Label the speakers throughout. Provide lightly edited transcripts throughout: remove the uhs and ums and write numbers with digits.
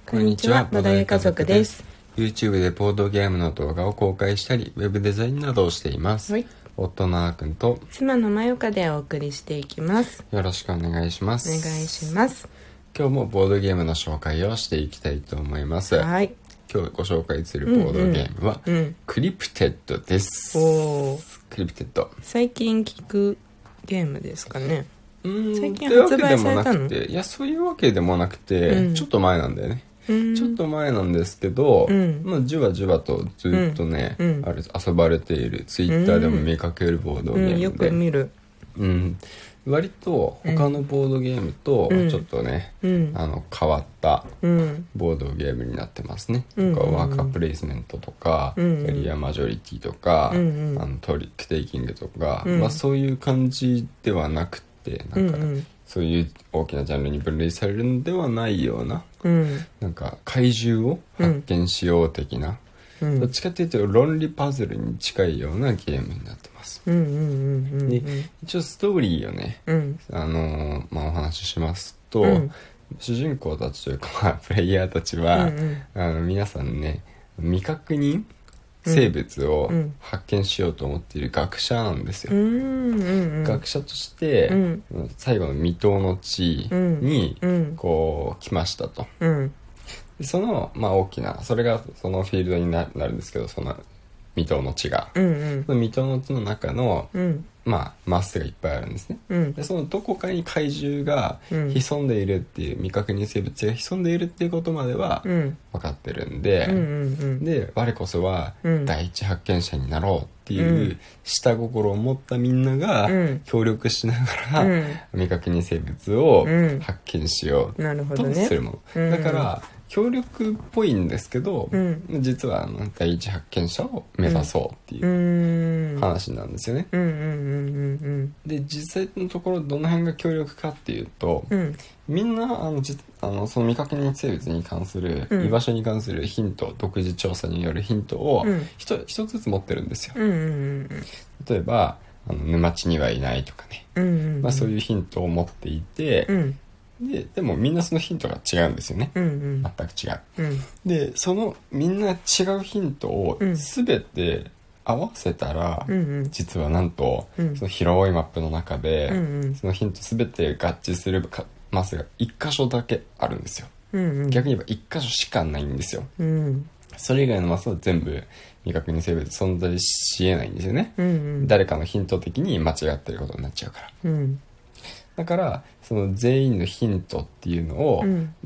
Speaker 1: こんにちは、ボドゲ家族です。
Speaker 2: YouTube でボードゲームの動画を公開したりウェブデザインなどをしています、
Speaker 1: はい、
Speaker 2: 夫のあーくんと
Speaker 1: 妻のまよかでお送りしていきます。
Speaker 2: よろしくお願いします。
Speaker 1: お願いします。
Speaker 2: 今日もボードゲームの紹介をしていきたいと思います。
Speaker 1: はい、
Speaker 2: 今日ご紹介するボードゲームは、クリプテッドです。クリプテッド、
Speaker 1: 最近聞くゲームですかね。最近
Speaker 2: 発売されたの？いや、そういうわけでもなくて、ちょっと前なんだよね。ちょっと前なんですけど、じわじわとずっとね、遊ばれている、ツイッターでも見かけるボードゲームで、
Speaker 1: よく見る。
Speaker 2: 割と他のボードゲームとちょっとね、変わったボードゲームになってますね。ワーカープレイスメントとか、エリアマジョリティとか、トリックテイキングとか、そういう感じではなくて、なんかそういう大きなジャンルに分類されるのではないような、なんか怪獣を発見しよう的な、どっちかっていうと論理パズルに近いようなゲームになってます。で、一応ストーリーをね、お話ししますと、主人公たちというか、プレイヤーたちは、皆さんね、未確認生物を発見しようと思っている学者なんですよ。学者として、最後の未踏の地にこう来ましたと。でその、大きなそれがそのフィールドになるんですけど、その未踏の地が、その未踏の地の中の、マスがいっぱいあるんですね。でそのどこかに怪獣が潜んでいるっていう、未確認生物が潜んでいるっていうことまでは分かってるんで、で我こそは第一発見者になろうっていう下心を持ったみんなが協力しながら、未確認生物を発見しようとするもの、だから協力っぽいんですけど、実は第一発見者を目指そうっていう話なんですよね。で実際のところどの辺が協力かっていうと、みんなその未確認生物に関する、居場所に関するヒント、独自調査によるヒントを一つずつ持ってるんですよ。例えば沼地にはいないとかね、そういうヒントを持っていて、でもみんなそのヒントが違うんですよね。全く違う。でそのみんな違うヒントを全て合わせたら、実はなんと、その広いマップの中で、そのヒント全て合致するマスが1箇所だけあるんですよ。逆に言えば1箇所しかないんですよ。それ以外のマスは全部未確認生物存在し得ないんですよね。誰かのヒント的に間違ってることになっちゃうから。だからその全員のヒントっていうのを、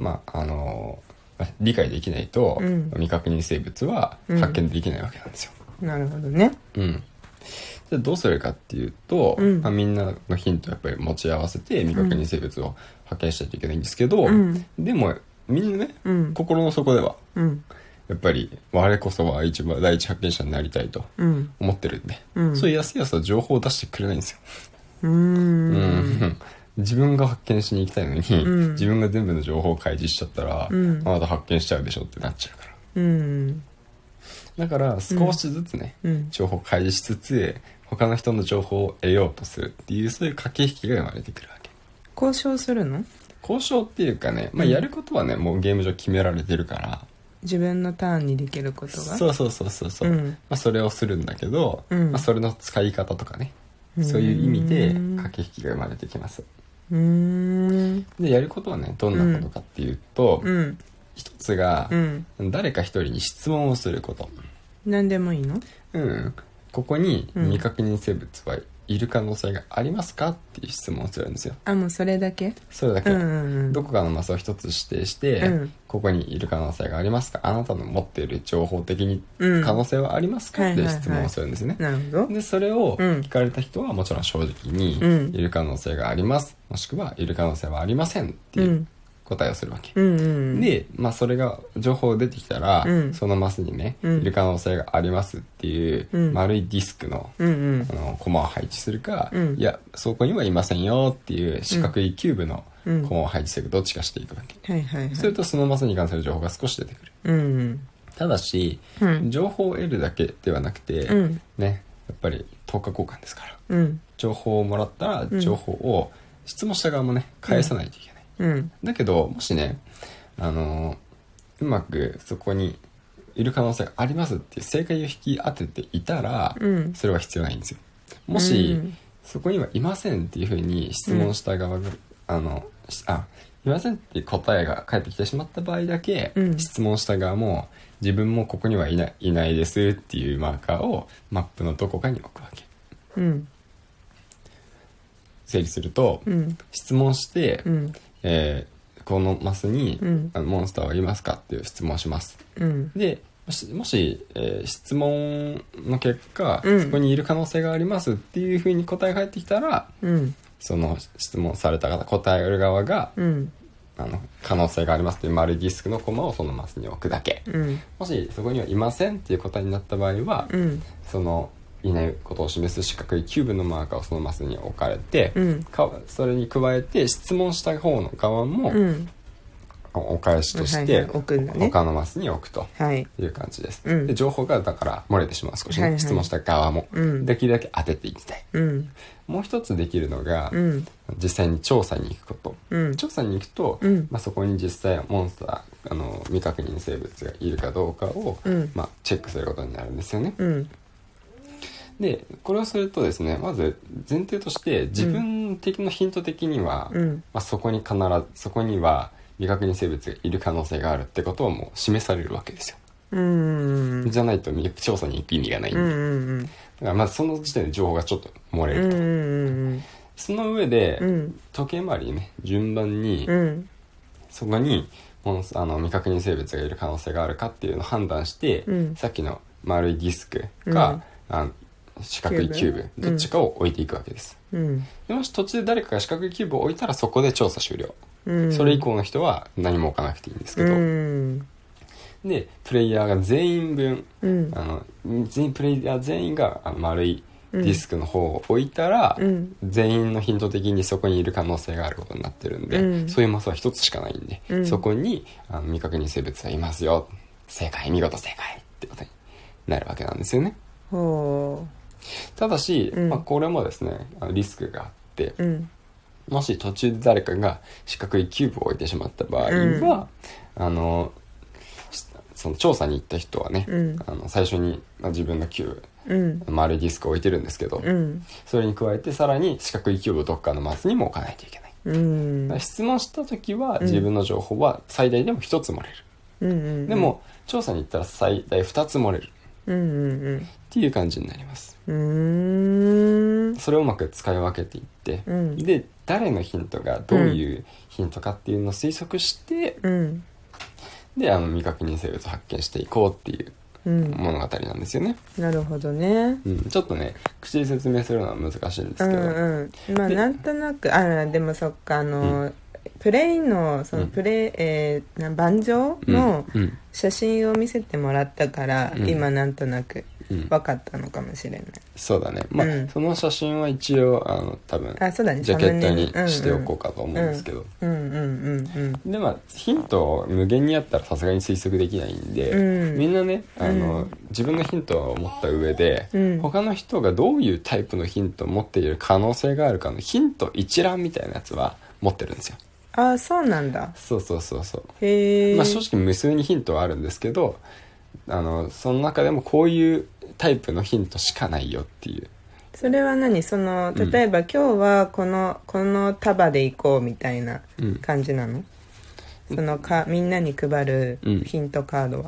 Speaker 2: 理解できないと、未確認生物は発見できないわけなんですよ。
Speaker 1: なるほどね。
Speaker 2: じゃあどうするかっていうと、みんなのヒントをやっぱり持ち合わせて未確認生物を発見しないといけないんですけど、でもみんなね、心の底では、やっぱり我こそは第一発見者になりたいと思ってるんで、そういうやすやすと情報を出してくれないんですよ。自分が発見しに行きたいのに、自分が全部の情報を開示しちゃったら、あなた発見しちゃうでしょってなっちゃうから。だから少しずつね、情報を開示しつつ他の人の情報を得ようとするっていう、そういう駆け引きが生まれてくるわけ。
Speaker 1: 交渉するの？
Speaker 2: 交渉っていうかね、やることはね、もうゲーム上決められてるから、
Speaker 1: 自分のターンにできることが、
Speaker 2: そう、それをするんだけど、それの使い方とかね、そういう意味で駆け引きが生まれてきます。でやることはね、どんなことかっていうと、一つが、誰か一人に質問をすること。
Speaker 1: 何でもいいの？
Speaker 2: ここに未確認生物はいる可能性がありますかっていう質問をするんですよ。
Speaker 1: もうそれだけ？
Speaker 2: それだけ。どこかのマスを一つ指定して、ここにいる可能性がありますか、あなたの持っている情報的に可能性はありますかっていう質問をするんですね。
Speaker 1: なるほど。で
Speaker 2: それを聞かれた人はもちろん正直に、いる可能性があります、もしくはいる可能性はありませんっていう答えをするわけ。で、それが情報出てきたら、そのマスにね、いる可能性がありますっていう、丸いディスクの、コマを配置するか、いやそこにはいませんよっていう四角いキューブのコマを配置するか、どっちかしていくわけ。それとそのマスに関する情報が少し出てくる。ただし、情報を得るだけではなくて、ね、やっぱり等価交換ですから、情報をもらったら情報を質問した側もね返さないといけない。だけどもしね、 うまくそこにいる可能性がありますっていう正解を引き当てていたら、それは必要ないんですよ。もし、そこにはいませんっていうふうに質問した側が、いませんっていう答えが返ってきてしまった場合だけ、質問した側も自分もここにはいないですっていうマーカーをマップのどこかに置くわけ。整理すると、質問して、このマスに、モンスターはいますかっていう質問をします。でもし、質問の結果、そこにいる可能性がありますっていうふうに答えが返ってきたら、その質問された方、答える側が、可能性がありますっていう丸いディスクのコマをそのマスに置くだけ。もしそこにはいませんっていう答えになった場合は、そのいないことを示す四角いキューブのマーカーをそのマスに置かれて、それに加えて質問した方の側も、お返しとして他のマスに置くという感じです。で情報がだから漏れてしまう少し、質問した側も、できるだけ当てていきたい。もう一つできるのが、実際に調査に行くこと。調査に行くと、そこに実際モンスター未確認生物がいるかどうかを、チェックすることになるんですよね。でこれをするとですね、まず前提として自分的なヒント的には、そこには未確認生物がいる可能性があるってことをもう示されるわけですよ。じゃないと調査に行く意味がないんで、だからまずその時点で情報がちょっと漏れると。その上で、時計回りにね順番に、そこに未確認生物がいる可能性があるかっていうのを判断して、さっきの丸いディスクか、四角いキューブどっちかを置いていくわけです。でもし途中で誰かが四角いキューブを置いたらそこで調査終了。それ以降の人は何も置かなくていいんですけど、でプレイヤーが全員分、プレイヤー全員が丸いディスクの方を置いたら、全員のヒント的にそこにいる可能性があることになってるんで、そういうマスは一つしかないんで、そこに未確認生物はいますよ、正解、見事正解ってことになるわけなんですよね。ただし、これもですねリスクがあって、もし途中で誰かが四角いキューブを置いてしまった場合は、その調査に行った人はね、最初に、自分のキューブ、丸いディスクを置いてるんですけど、それに加えてさらに四角いキューブをどっかのマスにも置かないといけない。質問した時は自分の情報は最大でも1つ漏れる。でも調査に行ったら最大2つ漏れる。っていう感じになります。それをうまく使い分けていって、で誰のヒントがどういうヒントかっていうのを推測して、で未確認生物を発見していこうっていう物語なんですよね。
Speaker 1: なるほどね。
Speaker 2: ちょっとね口で説明するのは難しいんですけど、
Speaker 1: なんとなくでもそっかプレイのその盤上の写真を見せてもらったから、今なんとなく分かったのかもしれない。
Speaker 2: そうだね。その写真は一応多分ジャケットにしておこうかと思うんですけど、でヒント無限にあったらさすがに推測できないんで、みんなね自分のヒントを持った上で、他の人がどういうタイプのヒントを持っている可能性があるかのヒント一覧みたいなやつは持ってるんですよ。
Speaker 1: そうなんだ。
Speaker 2: そうへえ。正直無数にヒントはあるんですけど、その中でもこういうタイプのヒントしかないよっていう。
Speaker 1: それは何？例えば、今日はこの束で行こうみたいな感じなの？みんなに配るヒントカードは。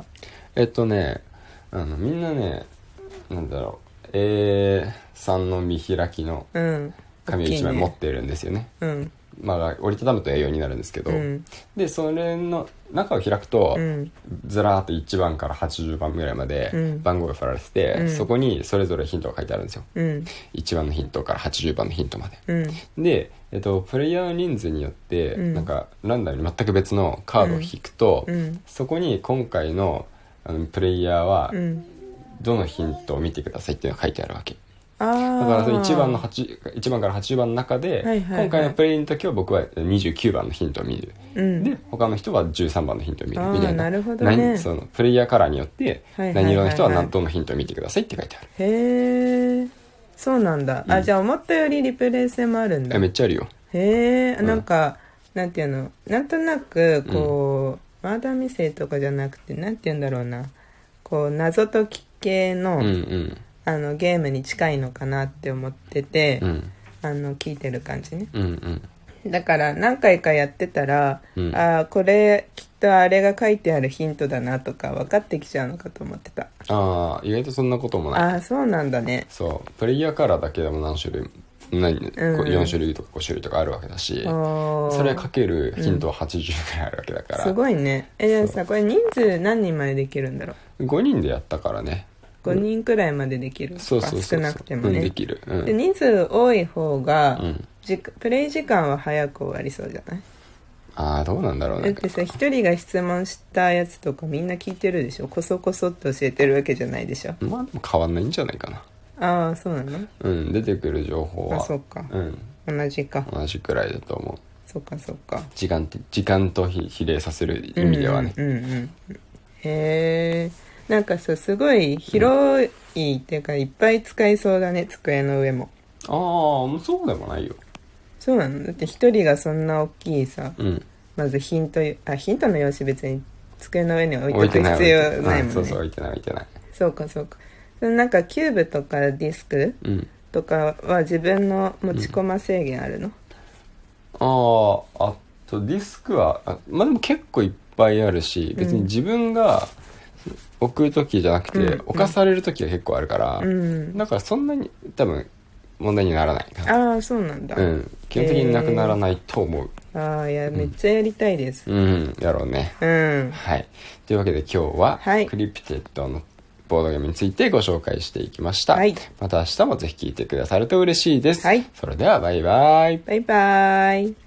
Speaker 2: みんなね、なんだろう、A3 の見開きの紙を1枚持ってるんですよね。折りたたむと A4 になるんですけど、でそれの中を開くと、ずらーっと1番から80番ぐらいまで番号が振られてて、そこにそれぞれヒントが書いてあるんですよ。1番のヒントから80番のヒントまで、で、プレイヤーの人数によって、なんかランダムに全く別のカードを引くと、そこに今回のプレイヤーはどのヒントを見てくださいっていうのが書いてあるわけ。だからその1番から80番の中で、今回のプレイの時は僕は29番のヒントを見る、で他の人は13番のヒントを見るみたいな。
Speaker 1: なるほどね。
Speaker 2: そのプレイヤーカラーによって何色の人はどのヒントを見てくださいって書いてある。
Speaker 1: へえ、そうなんだ。じゃあ思ったよりリプレイ性もあるんだ。
Speaker 2: めっちゃあるよ。
Speaker 1: へえ、なんかなんていうの、なんとなくこう、 マーダーミステリーとかじゃなくて、なんて言うんだろうな、こう謎解き系の、ゲームに近いのかなって思ってて、聞いてる感じね、だから何回かやってたら、これきっとあれが書いてあるヒントだなとか分かってきちゃうのかと思ってた。
Speaker 2: 意外とそんなこともない。
Speaker 1: そうなんだね。
Speaker 2: そうプレイヤーカラーだけでも何種類4種類とか5種類とかあるわけだし、それかけるヒントは80くらいあるわけだから、
Speaker 1: すごいね。じゃあさ、これ人数何人までできるんだろう。
Speaker 2: 5人でやったからね。
Speaker 1: 5人くらいまでできる。
Speaker 2: そう
Speaker 1: 少なくてもね、
Speaker 2: できる、
Speaker 1: で人数多い方が、プレイ時間は早く終わりそうじゃない？
Speaker 2: どうなんだろうね。
Speaker 1: だってさ、一人が質問したやつとかみんな聞いてるでしょ。こそこそっと教えてるわけじゃないでしょ。
Speaker 2: でも変わんないんじゃないかな。
Speaker 1: そうなの？
Speaker 2: 出てくる情報は
Speaker 1: そうか、同じか。
Speaker 2: 同じくらいだと思う。
Speaker 1: そうかそうか。
Speaker 2: 時間と比例させる意味ではね。
Speaker 1: へえ。なんかさ、すごい広いっていうか、いっぱい使いそうだね、机の上も。
Speaker 2: そうでもないよ。
Speaker 1: そうなの？だって一人がそんな大きいさ、まずヒントの用紙別に机の上に置いておく必要ないもんね。
Speaker 2: そう置いてない。
Speaker 1: そうかなんかキューブとかディスク、とかは自分の持ち込ま制限あるの？
Speaker 2: あとディスクはでも結構いっぱいあるし、別に自分が置く時じゃなくて、置かされる時が結構あるから、だからそんなに多分問題にならないかな。
Speaker 1: そうなんだ。
Speaker 2: 基本的になくならないと思う。
Speaker 1: いや、めっちゃやりたいです。
Speaker 2: やろうね。はい。というわけで今日は、クリプテッドのボードゲームについてご紹介していきました。また明日もぜひ聞いてくださると嬉しいです。それではバイバイ。
Speaker 1: バイバイ。